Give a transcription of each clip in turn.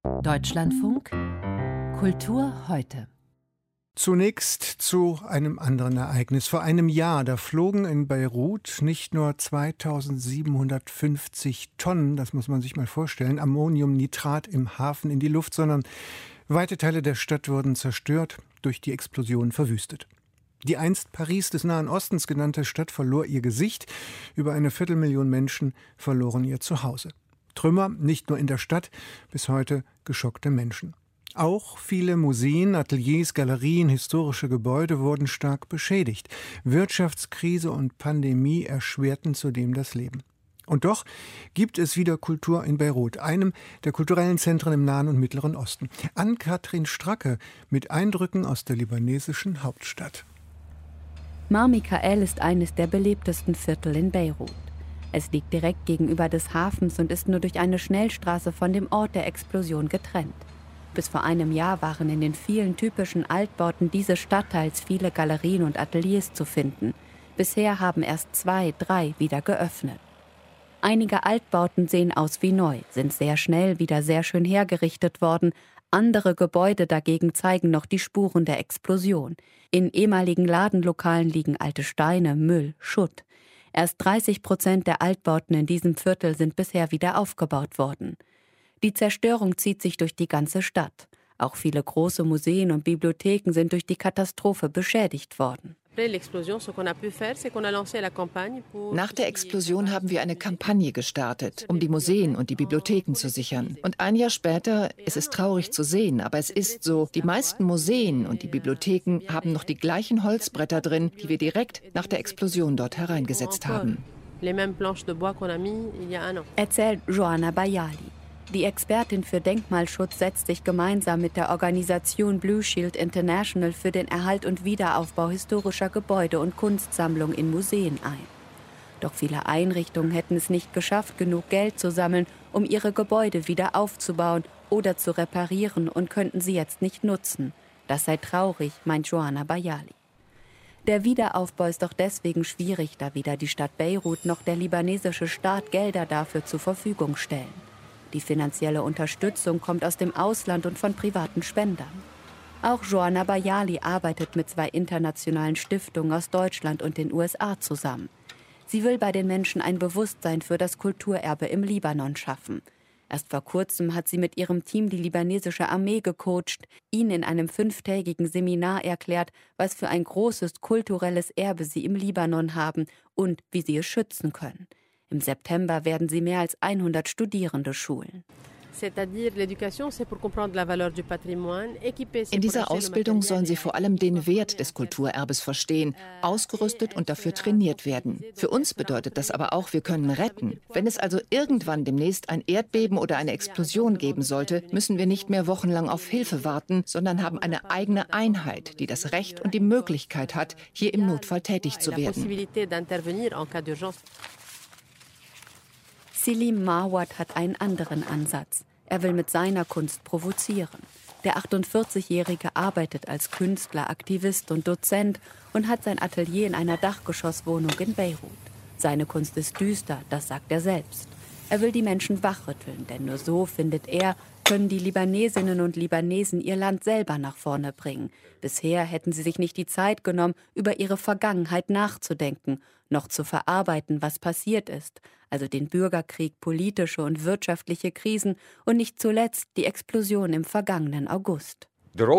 Deutschlandfunk Kultur heute. Zunächst zu einem anderen Ereignis. Vor einem Jahr, da flogen in Beirut nicht nur 2750 Tonnen, das muss man sich mal vorstellen, Ammoniumnitrat im Hafen in die Luft, sondern weite Teile der Stadt wurden zerstört, durch die Explosion verwüstet. Die einst Paris des Nahen Ostens genannte Stadt verlor ihr Gesicht. Über 250.000 Menschen verloren ihr Zuhause. Trümmer, nicht nur in der Stadt, bis heute geschockte Menschen. Auch viele Museen, Ateliers, Galerien, historische Gebäude wurden stark beschädigt. Wirtschaftskrise und Pandemie erschwerten zudem das Leben. Und doch gibt es wieder Kultur in Beirut, einem der kulturellen Zentren im Nahen und Mittleren Osten. Ann-Kathrin Stracke mit Eindrücken aus der libanesischen Hauptstadt. Mar Mikael ist eines der belebtesten Viertel in Beirut. Es liegt direkt gegenüber des Hafens und ist nur durch eine Schnellstraße von dem Ort der Explosion getrennt. Bis vor einem Jahr waren in den vielen typischen Altbauten dieses Stadtteils viele Galerien und Ateliers zu finden. Bisher haben erst 2, 3 wieder geöffnet. Einige Altbauten sehen aus wie neu, sind sehr schnell wieder sehr schön hergerichtet worden. Andere Gebäude dagegen zeigen noch die Spuren der Explosion. In ehemaligen Ladenlokalen liegen alte Steine, Müll, Schutt. Erst 30% der Altbauten in diesem Viertel sind bisher wieder aufgebaut worden. Die Zerstörung zieht sich durch die ganze Stadt. Auch viele große Museen und Bibliotheken sind durch die Katastrophe beschädigt worden. Nach der Explosion haben wir eine Kampagne gestartet, um die Museen und die Bibliotheken zu sichern. Und ein Jahr später, es ist traurig zu sehen, aber es ist so, die meisten Museen und die Bibliotheken haben noch die gleichen Holzbretter drin, die wir direkt nach der Explosion dort hereingesetzt haben. Erzählt Joanna Bayali. Die Expertin für Denkmalschutz setzt sich gemeinsam mit der Organisation Blue Shield International für den Erhalt und Wiederaufbau historischer Gebäude und Kunstsammlungen in Museen ein. Doch viele Einrichtungen hätten es nicht geschafft, genug Geld zu sammeln, um ihre Gebäude wieder aufzubauen oder zu reparieren und könnten sie jetzt nicht nutzen. Das sei traurig, meint Joanna Bayali. Der Wiederaufbau ist doch deswegen schwierig, da weder die Stadt Beirut noch der libanesische Staat Gelder dafür zur Verfügung stellen. Die finanzielle Unterstützung kommt aus dem Ausland und von privaten Spendern. Auch Joanna Bayali arbeitet mit 2 internationalen Stiftungen aus Deutschland und den USA zusammen. Sie will bei den Menschen ein Bewusstsein für das Kulturerbe im Libanon schaffen. Erst vor kurzem hat sie mit ihrem Team die libanesische Armee gecoacht, ihnen in einem 5-tägigen Seminar erklärt, was für ein großes kulturelles Erbe sie im Libanon haben und wie sie es schützen können. Im September werden sie mehr als 100 Studierende schulen. In dieser Ausbildung sollen sie vor allem den Wert des Kulturerbes verstehen, ausgerüstet und dafür trainiert werden. Für uns bedeutet das aber auch, wir können retten. Wenn es also irgendwann demnächst ein Erdbeben oder eine Explosion geben sollte, müssen wir nicht mehr wochenlang auf Hilfe warten, sondern haben eine eigene Einheit, die das Recht und die Möglichkeit hat, hier im Notfall tätig zu werden. Selim Marwat hat einen anderen Ansatz. Er will mit seiner Kunst provozieren. Der 48-Jährige arbeitet als Künstler, Aktivist und Dozent und hat sein Atelier in einer Dachgeschosswohnung in Beirut. Seine Kunst ist düster, das sagt er selbst. Er will die Menschen wachrütteln, denn nur so, findet er, können die Libanesinnen und Libanesen ihr Land selber nach vorne bringen. Bisher hätten sie sich nicht die Zeit genommen, über ihre Vergangenheit nachzudenken, noch zu verarbeiten, was passiert ist, also den Bürgerkrieg, politische und wirtschaftliche Krisen und nicht zuletzt die Explosion im vergangenen August. Der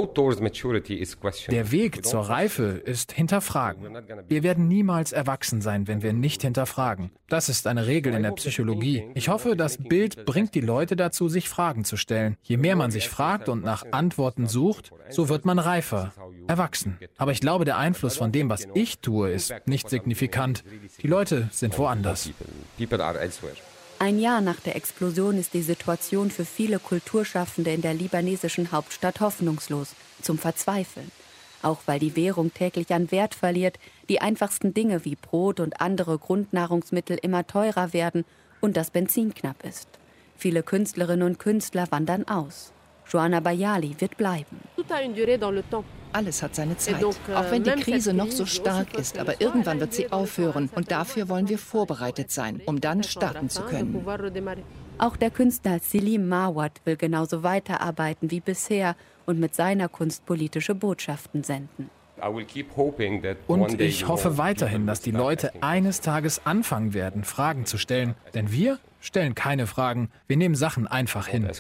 Weg zur Reife ist hinterfragen. Wir werden niemals erwachsen sein, wenn wir nicht hinterfragen. Das ist eine Regel in der Psychologie. Ich hoffe, das Bild bringt die Leute dazu, sich Fragen zu stellen. Je mehr man sich fragt und nach Antworten sucht, so wird man reifer, erwachsen. Aber ich glaube, der Einfluss von dem, was ich tue, ist nicht signifikant. Die Leute sind woanders. Ein Jahr nach der Explosion ist die Situation für viele Kulturschaffende in der libanesischen Hauptstadt hoffnungslos, zum Verzweifeln. Auch weil die Währung täglich an Wert verliert, die einfachsten Dinge wie Brot und andere Grundnahrungsmittel immer teurer werden und das Benzin knapp ist. Viele Künstlerinnen und Künstler wandern aus. Joanna Bayali wird bleiben. Alles hat seine Zeit, auch wenn die Krise noch so stark ist, aber irgendwann wird sie aufhören und dafür wollen wir vorbereitet sein, um dann starten zu können. Auch der Künstler Selim Mawad will genauso weiterarbeiten wie bisher und mit seiner Kunst politische Botschaften senden. Und ich hoffe weiterhin, dass die Leute eines Tages anfangen werden, Fragen zu stellen. Denn wir stellen keine Fragen, wir nehmen Sachen einfach hin.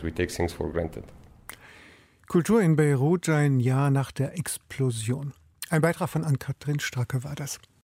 Kultur in Beirut ein Jahr nach der Explosion. Ein Beitrag von Ann-Kathrin Stracke war das.